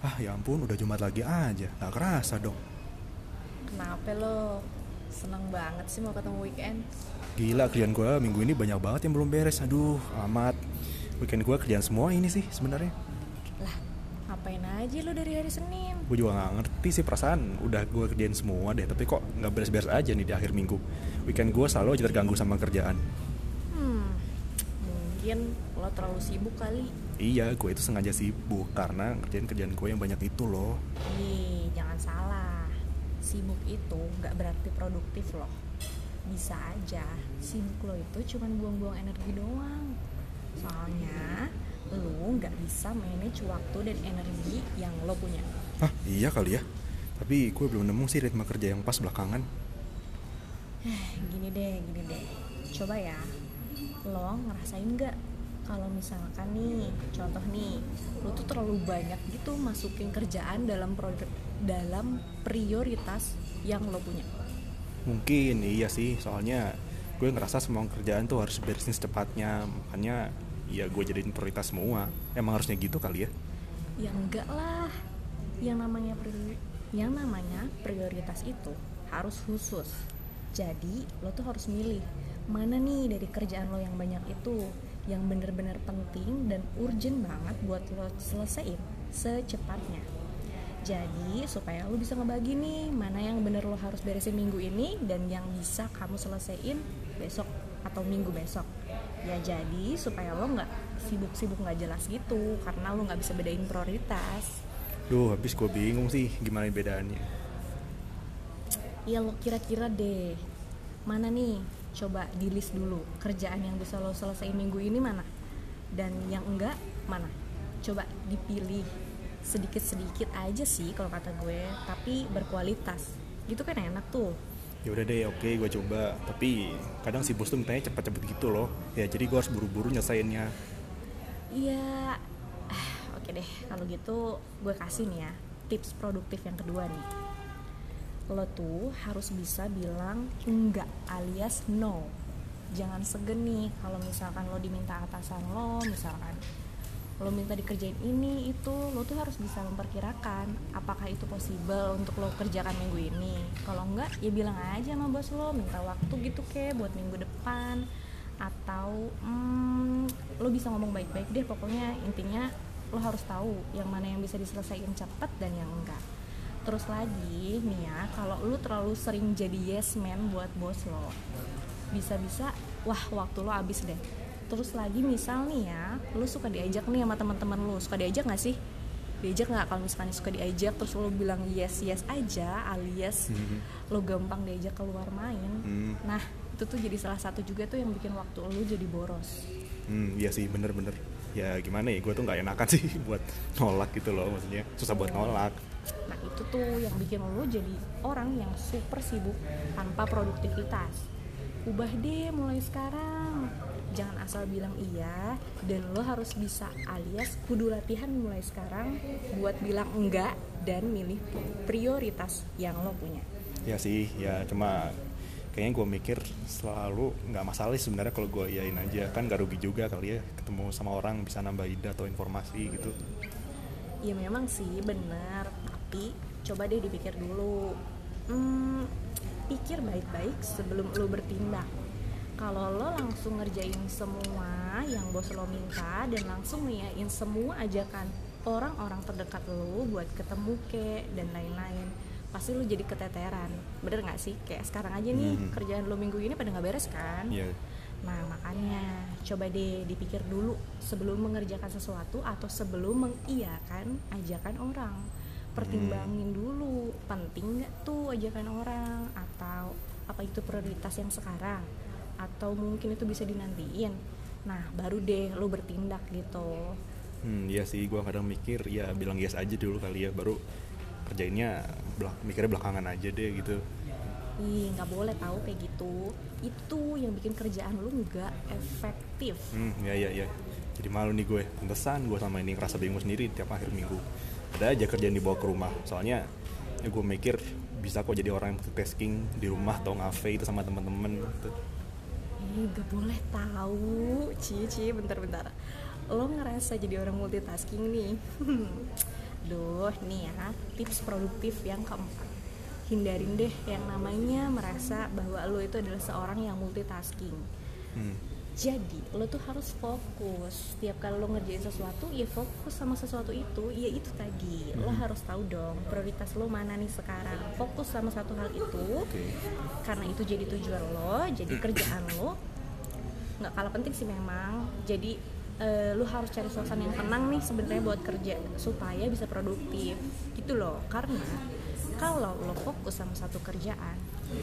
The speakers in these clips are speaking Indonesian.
Ah ya ampun, udah Jumat lagi aja. Gak kerasa dong. Kenapa lo seneng banget sih mau ketemu weekend? Gila, kerjaan gue minggu ini banyak banget yang belum beres. Aduh, amat. Weekend gue kerjaan semua ini sih sebenarnya. Lah, ngapain aja lo dari hari Senin? Gue juga gak ngerti sih, perasaan udah gue kerjain semua deh. Tapi kok gak beres-beres aja nih di akhir minggu. Weekend gue selalu aja terganggu sama kerjaan. Hmm, mungkin lo terlalu sibuk kali. Iya, gue itu sengaja sibuk karena kerjaan-kerjaan gue yang banyak itu loh. Nih, jangan salah. Sibuk itu gak berarti produktif loh. Bisa aja sibuk lo itu cuman buang-buang energi doang. Soalnya lo gak bisa manage waktu dan energi yang lo punya. Hah, iya kali ya. Tapi gue belum nemu sih ritme kerja yang pas belakangan. Gini deh. Coba ya, lo ngerasain gak kalau misalkan nih, contoh nih, lo tuh terlalu banyak gitu masukin kerjaan dalam prioritas yang lo punya. Mungkin iya sih, soalnya gue ngerasa semua kerjaan tuh harus beresin secepatnya. Makanya ya gue jadiin prioritas semua. Emang harusnya gitu kali ya. Ya enggak lah, yang namanya prioritas itu harus khusus. Jadi lo tuh harus milih mana nih dari kerjaan lo yang banyak itu yang bener-bener penting dan urgent banget buat lo selesaiin secepatnya. Jadi supaya lo bisa ngebagi nih mana yang bener lo harus beresin minggu ini dan yang bisa kamu selesaiin besok atau minggu besok. Ya jadi supaya lo nggak sibuk-sibuk nggak jelas gitu karena lo nggak bisa bedain prioritas. Duh, habis gue bingung sih gimana bedaannya. Ya lo kira-kira deh, mana nih? Coba di list dulu kerjaan yang bisa lo selesaiin minggu ini mana, dan yang enggak mana. Coba dipilih sedikit-sedikit aja sih kalau kata gue, tapi berkualitas. Gitu kan enak tuh. Ya udah deh, oke gue coba. Tapi kadang si bos tuh mintanya cepet-cepet gitu loh. Ya jadi gue harus buru-buru nyelesainnya. Iya, oke deh. Kalau gitu gue kasih nih ya tips produktif yang kedua nih. Lo tuh harus bisa bilang enggak alias no. Jangan segen nih kalau misalkan lo diminta atasan lo, misalkan lo minta dikerjain ini itu, lo tuh harus bisa memperkirakan apakah itu possible untuk lo kerjakan minggu ini. Kalau enggak ya bilang aja sama bos lo minta waktu gitu buat minggu depan. Atau lo bisa ngomong baik-baik deh, pokoknya intinya lo harus tahu yang mana yang bisa diselesaikan cepat dan yang enggak. Terus lagi nih ya, kalau lu terlalu sering jadi yes man buat bos lo, bisa-bisa wah waktu lo habis deh. Terus lagi misal nih ya, lu suka diajak nih sama teman-teman lu, suka diajak nggak sih? Diajak nggak? Kalau misalkan suka diajak terus lo bilang yes yes aja, alias lo gampang diajak keluar main. Nah itu tuh jadi salah satu juga tuh yang bikin waktu lo jadi boros. Iya sih, bener-bener. Ya gimana ya, gue tuh gak enakan sih buat nolak gitu loh, maksudnya susah buat nolak. Nah itu tuh yang bikin lo jadi orang yang super sibuk tanpa produktivitas. Ubah deh mulai sekarang. Jangan asal bilang iya, dan lo harus bisa alias kudu latihan mulai sekarang buat bilang enggak dan milih prioritas yang lo punya. Ya sih, ya cuma kayaknya gue mikir selalu nggak masalah sih sebenarnya kalau gue iyain aja, kan gak rugi juga kali ya ketemu sama orang, bisa nambah ide atau informasi gitu. Ya memang sih benar, tapi coba deh dipikir dulu. Pikir baik-baik sebelum lo bertindak. Kalau lo langsung ngerjain semua yang bos lo minta dan langsung ngiyain semua ajakan orang-orang terdekat lo buat ketemu dan lain-lain, pasti lo jadi keteteran. Bener gak sih? Kayak sekarang aja nih, kerjaan lo minggu ini pada gak beres kan? Iya. Nah makanya coba deh dipikir dulu sebelum mengerjakan sesuatu atau sebelum mengiyakan ajakan orang. Pertimbangin dulu, penting gak tuh ajakan orang, atau apa itu prioritas yang sekarang, atau mungkin itu bisa dinantiin. Nah baru deh lo bertindak gitu. Iya sih, gue kadang mikir ya bilang yes aja dulu kali ya, baru kerjainnya mikirnya belakangan aja deh gitu. Ih nggak boleh tahu kayak gitu. Itu yang bikin kerjaan lo nggak efektif. Ya. Jadi malu nih gue, pantesan gue sama ini ngerasa bingung sendiri tiap akhir minggu. Ada aja kerjaan dibawa ke rumah, soalnya ya gue mikir bisa kok jadi orang yang multitasking di rumah atau ngafe itu sama teman-teman gitu. Gak boleh tahu. Bentar. Lo ngerasa jadi orang multitasking nih. Duh, nih ya, tips produktif yang keempat. Hindarin deh yang namanya merasa bahwa lo itu adalah seorang yang multitasking. Jadi, lo tuh harus fokus. Setiap kali lo ngerjain sesuatu, ya fokus sama sesuatu itu. Ya itu tadi, lo harus tahu dong prioritas lo mana nih sekarang. Fokus sama satu hal itu, karena itu jadi tujuan lo, jadi kerjaan lo. Nggak kalah penting sih memang. Jadi lu harus cari suasana yang tenang nih sebenarnya buat kerja supaya bisa produktif gitu loh. Karena kalau lo fokus sama satu kerjaan,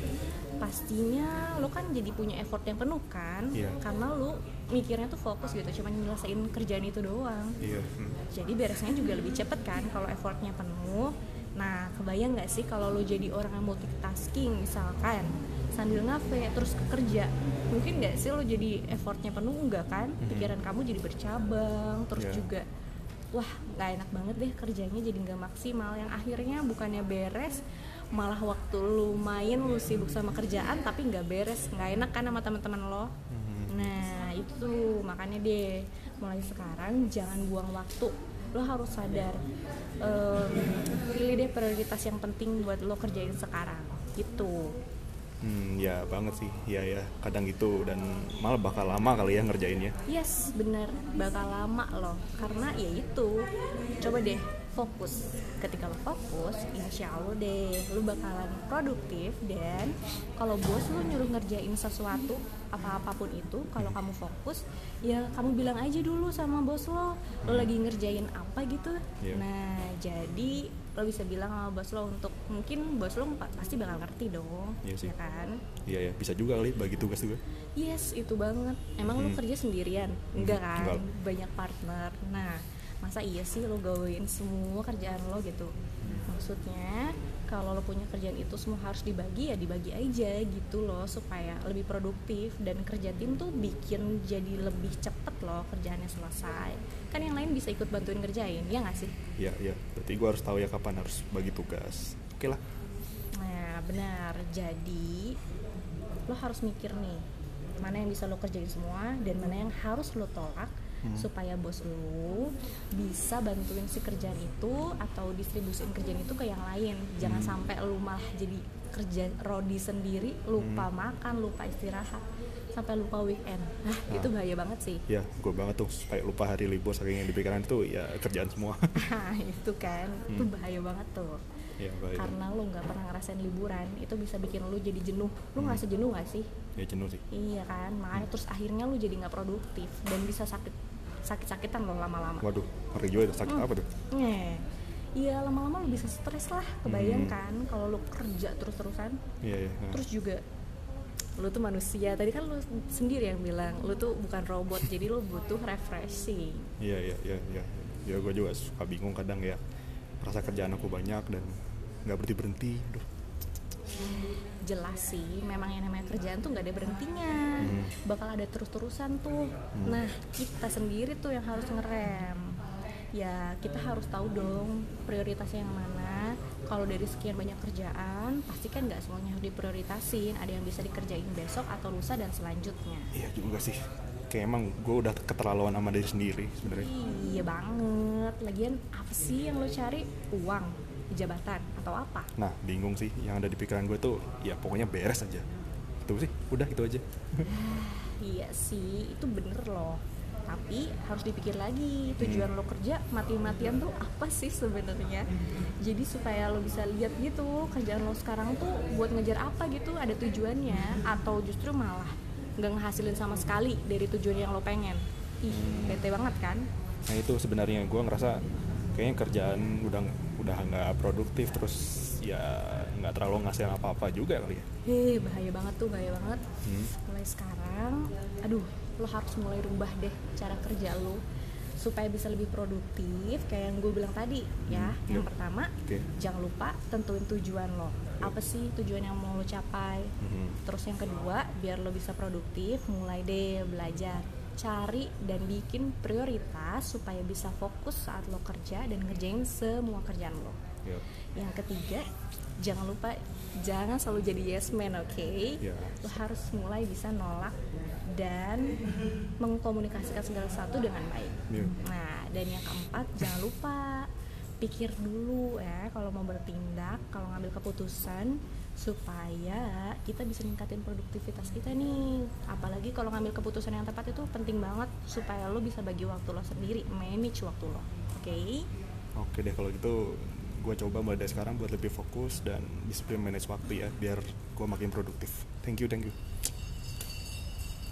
pastinya lo kan jadi punya effort yang penuh kan, karena lo mikirnya tuh fokus gitu, cuma nyelesain kerjaan itu doang. Jadi beresnya juga lebih cepet kan kalau effortnya penuh. Nah, kebayang nggak sih kalau lo jadi orang yang multitasking, misalkan sambil ngafe terus kerja, mungkin nggak sih lo jadi effortnya penuh? Enggak kan, pikiran kamu jadi bercabang, terus juga wah nggak enak banget deh kerjanya, jadi nggak maksimal, yang akhirnya bukannya beres malah waktu lu main lu sibuk sama kerjaan tapi nggak beres, nggak enak kan sama teman-teman lo. Nah itu tuh makanya deh mulai sekarang jangan buang waktu, lo harus sadar, pilih deh prioritas yang penting buat lo kerjain sekarang gitu. Ya banget sih, ya kadang gitu, dan malah bakal lama kali ya ngerjainnya. Yes, bener, bakal lama loh, karena ya itu, coba deh fokus. Ketika lo fokus, insya Allah deh lo bakalan produktif. Dan kalau bos lo nyuruh ngerjain sesuatu apapun itu, kalau kamu fokus ya kamu bilang aja dulu sama bos lo lagi ngerjain apa gitu. Nah jadi lo bisa bilang sama bos lo, untuk mungkin bos lo pasti bakal ngerti dong. Ya kan? Iya bisa juga kali bagi tugas juga. Yes, itu banget. Emang lo kerja sendirian? Enggak kan? Banyak partner. Nah masa iya sih lo gawain semua kerjaan lo gitu? Maksudnya kalau lo punya kerjaan itu semua harus dibagi, ya dibagi aja gitu loh, supaya lebih produktif. Dan kerja tim tuh bikin jadi lebih cepet loh kerjaannya selesai. Kan yang lain bisa ikut bantuin ngerjain, ya gak sih? Iya, berarti gue harus tahu ya kapan harus bagi tugas. Oke lah. Nah benar, jadi lo harus mikir nih mana yang bisa lo kerjain semua dan mana yang harus lo tolak, supaya bos lo bisa bantuin si kerjaan itu atau distribusiin kerjaan itu ke yang lain. Jangan sampai lo malah jadi kerja rodi sendiri, lupa makan, lupa istirahat, sampai lupa weekend. Nah itu bahaya banget sih. Ya gue banget tuh, kayak lupa hari libur saking yang dipikiran itu ya kerjaan semua. Itu kan, itu bahaya banget tuh. Karena lo nggak pernah ngerasain liburan, itu bisa bikin lo jadi jenuh. Lo ngerasa jenuh nggak sih? Ya jenuh sih. Iya kan, makanya terus akhirnya lo jadi nggak produktif dan bisa sakit-sakitan lo lama-lama. Waduh, ngeri juga itu. Sakit apa tuh? Iya lama-lama lo bisa stres lah. Kebayangkan kalau lo kerja terus-terusan. Terus juga lo tuh manusia, tadi kan lo sendiri yang bilang lo tuh bukan robot, jadi lo butuh refreshing. Iya. Ya gue juga suka bingung kadang ya, merasa kerjaan aku banyak dan nggak berhenti. Jelas sih, memang yang namanya kerjaan tuh nggak ada berhentinya, bakal ada terus-terusan tuh. Nah kita sendiri tuh yang harus ngerem. Ya kita harus tahu dong prioritasnya yang mana. Kalau dari sekian banyak kerjaan, pasti kan nggak semuanya harus diprioritasin. Ada yang bisa dikerjain besok atau lusa dan selanjutnya. Iya juga sih, kayak emang gue udah keterlaluan sama diri sendiri sebenarnya. Iya banget. Lagian apa sih yang lo cari? Uang, jabatan, atau apa? Nah bingung sih, yang ada di pikiran gue tuh ya pokoknya beres aja. Itu sih, udah itu aja. Iya sih, itu bener loh. Tapi harus dipikir lagi, tujuan lo kerja mati-matian tuh apa sih sebenarnya. Jadi supaya lo bisa lihat gitu kerjaan lo sekarang tuh buat ngejar apa gitu, ada tujuannya, atau justru malah nggak ngehasilin sama sekali dari tujuan yang lo pengen. Bete banget kan? Nah itu sebenarnya gue ngerasa kayaknya kerjaan udah nggak produktif, terus ya nggak terlalu ngasih apa-apa juga kali ya. Bahaya banget tuh, bahaya banget. Mulai sekarang, lo harus mulai rubah deh cara kerja lo supaya bisa lebih produktif. Kayak yang gue bilang tadi ya. Yang pertama, jangan lupa tentuin tujuan lo. Apa sih tujuan yang mau lo capai? Terus yang kedua, biar lo bisa produktif, mulai deh belajar, cari dan bikin prioritas supaya bisa fokus saat lo kerja dan ngerjain semua kerjaan lo. Yang ketiga, jangan lupa jangan selalu jadi yes man, oke? Lo harus mulai bisa nolak dan mengkomunikasikan segala sesuatu dengan baik. Nah, dan yang keempat, jangan lupa pikir dulu ya kalau mau bertindak, kalau ngambil keputusan, supaya kita bisa ningkatin produktivitas kita nih. Apalagi kalau ngambil keputusan yang tepat itu penting banget supaya lo bisa bagi waktu lo sendiri, manage waktu lo. Oke? Oke deh kalau gitu, gue coba mulai dari sekarang buat lebih fokus dan disiplin manage waktu ya, biar gue makin produktif. Thank you.